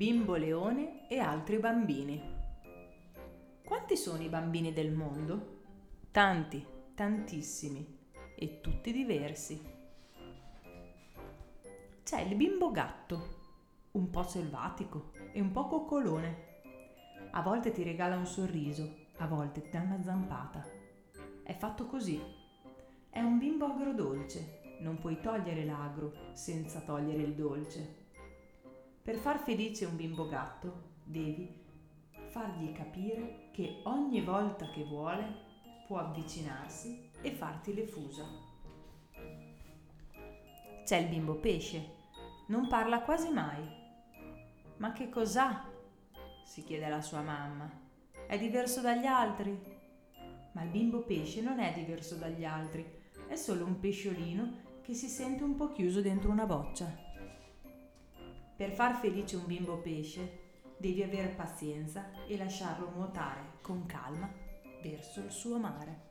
Bimbo Leone e altri bambini. Quanti sono i bambini del mondo? Tanti, tantissimi, e tutti diversi. C'è il bimbo gatto, un po' selvatico e un po' coccolone. A volte ti regala un sorriso, a volte ti dà una zampata. È fatto così. È un bimbo agrodolce. Non puoi togliere l'agro senza togliere il dolce. Per far felice un bimbo gatto devi fargli capire che ogni volta che vuole può avvicinarsi e farti le fusa. C'è il bimbo pesce. Non parla quasi mai. Ma che cos'ha? Si chiede la sua mamma. È diverso dagli altri? Ma il bimbo pesce non è diverso dagli altri, è solo un pesciolino che si sente un po' chiuso dentro una boccia. Per far felice un bimbo pesce devi avere pazienza e lasciarlo nuotare con calma verso il suo mare.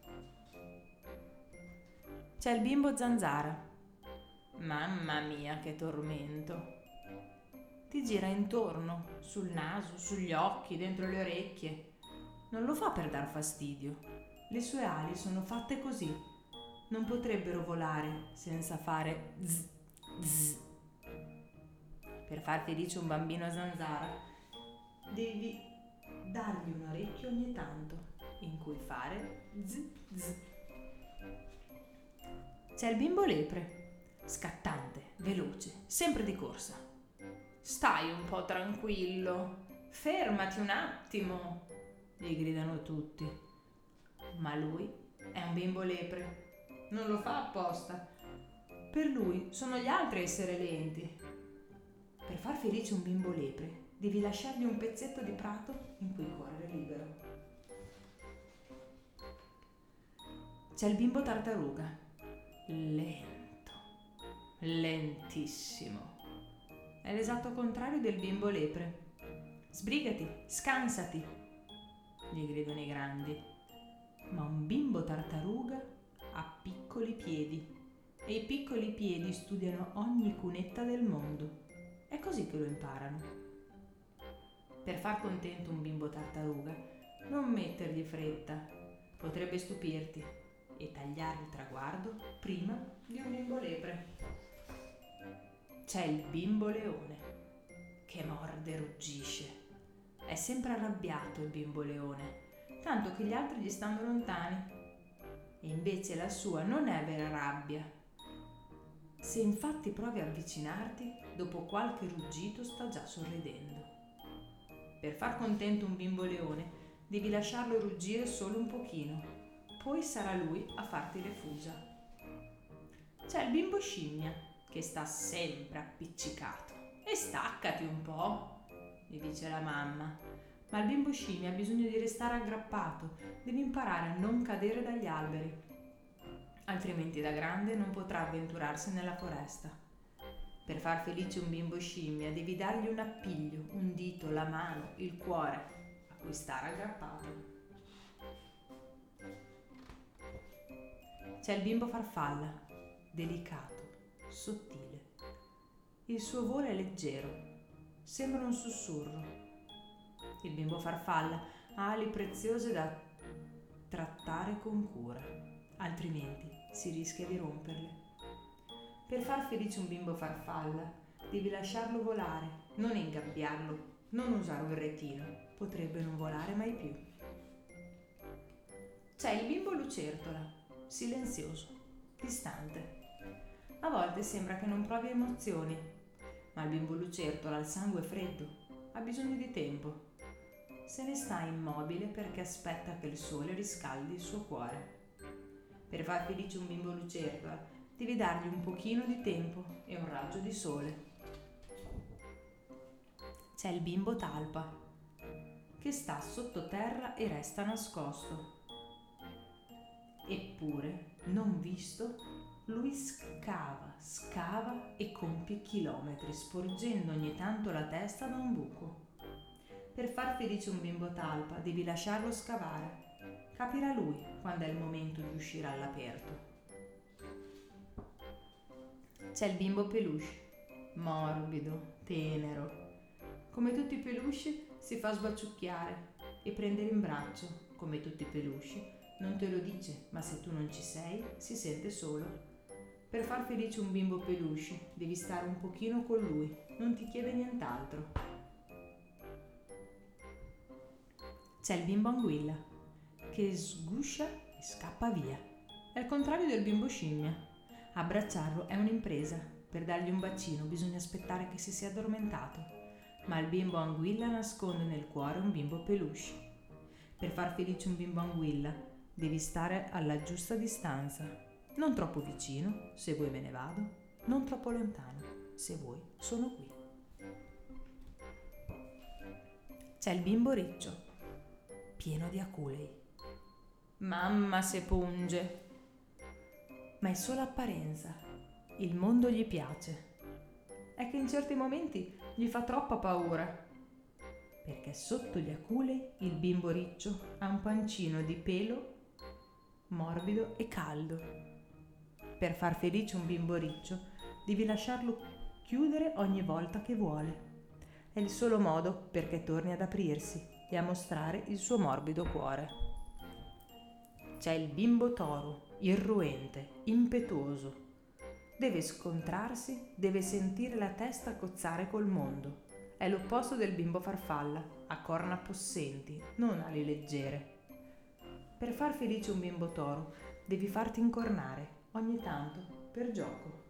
C'è il bimbo zanzara. Mamma mia, che tormento! Ti gira intorno, sul naso, sugli occhi, dentro le orecchie. Non lo fa per dar fastidio. Le sue ali sono fatte così. Non potrebbero volare senza fare zzz, zzz. Per far felice un bambino zanzara devi dargli un orecchio ogni tanto in cui fare zzz, zzz. C'è il bimbo lepre, scattante, veloce, sempre di corsa. Stai un po' tranquillo, fermati un attimo, gli gridano tutti. Ma lui è un bimbo lepre, non lo fa apposta. Per lui sono gli altri a essere lenti. Per far felice un bimbo lepre devi lasciargli un pezzetto di prato in cui correre libero. C'è il bimbo tartaruga, lento, lentissimo. È l'esatto contrario del bimbo lepre. Sbrigati, scansati, gli gridano i grandi. Ma un bimbo tartaruga ha piccoli piedi e i piccoli piedi studiano ogni cunetta del mondo. È così che lo imparano. Per far contento un bimbo tartaruga, non mettergli fretta, potrebbe stupirti e tagliare il traguardo prima di un bimbo lepre. C'è il bimbo leone, che morde e ruggisce. È sempre arrabbiato il bimbo leone, tanto che gli altri gli stanno lontani. E invece la sua non è vera rabbia. Se infatti provi a avvicinarti, dopo qualche ruggito sta già sorridendo. Per far contento un bimbo leone, devi lasciarlo ruggire solo un pochino, poi sarà lui a farti le fusa. C'è il bimbo scimmia, che sta sempre appiccicato. E staccati un po', gli dice la mamma. Ma il bimbo scimmia ha bisogno di restare aggrappato, deve imparare a non cadere dagli alberi. Altrimenti da grande non potrà avventurarsi nella foresta. Per far felice un bimbo scimmia devi dargli un appiglio, un dito, la mano, il cuore a cui stare aggrappato. C'è il bimbo farfalla, delicato, sottile. Il suo volo è leggero, sembra un sussurro. Il bimbo farfalla ha ali preziose da trattare con cura, altrimenti si rischia di romperle. Per far felice un bimbo farfalla devi lasciarlo volare, non ingabbiarlo, non usare un retino, potrebbe non volare mai più. C'è il bimbo lucertola, silenzioso, distante. A volte sembra che non provi emozioni, ma il bimbo lucertola ha il sangue freddo, ha bisogno di tempo. Se ne sta immobile perché aspetta che il sole riscaldi il suo cuore. Per far felice un bimbo lucertola devi dargli un pochino di tempo e un raggio di sole. C'è il bimbo talpa, che sta sottoterra e resta nascosto. Eppure, non visto, lui scava e compie chilometri, sporgendo ogni tanto la testa da un buco. Per far felice un bimbo talpa devi lasciarlo scavare. Capirà lui quando è il momento di uscire all'aperto. C'è il bimbo peluche, morbido, tenero. Come tutti i peluche, si fa sbaciucchiare e prendere in braccio. Come tutti i peluche, non te lo dice, ma se tu non ci sei, si sente solo. Per far felice un bimbo peluche, devi stare un pochino con lui, non ti chiede nient'altro. C'è il bimbo anguilla, che sguscia e scappa via. È il contrario del bimbo scimmia. Abbracciarlo è un'impresa. Per dargli un bacino bisogna aspettare che si sia addormentato. Ma il bimbo anguilla nasconde nel cuore un bimbo peluche. Per far felice un bimbo anguilla devi stare alla giusta distanza. Non troppo vicino, se vuoi me ne vado. Non troppo lontano, se vuoi sono qui. C'è il bimbo riccio, pieno di aculei. Mamma se punge! Ma è solo apparenza. Il mondo gli piace. È che in certi momenti gli fa troppa paura. Perché sotto gli aculei il bimbo riccio ha un pancino di pelo morbido e caldo. Per far felice un bimbo riccio devi lasciarlo chiudere ogni volta che vuole. È il solo modo perché torni ad aprirsi e a mostrare il suo morbido cuore. C'è il bimbo toro, irruente, impetuoso. Deve scontrarsi, deve sentire la testa cozzare col mondo. È l'opposto del bimbo farfalla, ha corna possenti, non ali leggere. Per far felice un bimbo toro, devi farti incornare, ogni tanto, per gioco.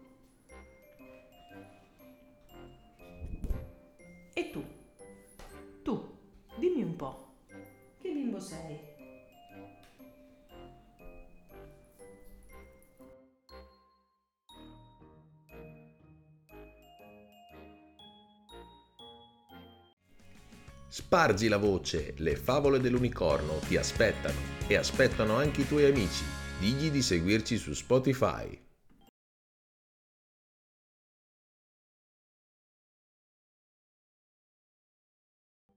E tu? Tu, dimmi un po', che bimbo sei? Spargi la voce, le favole dell'unicorno ti aspettano e aspettano anche i tuoi amici. Digli di seguirci su Spotify.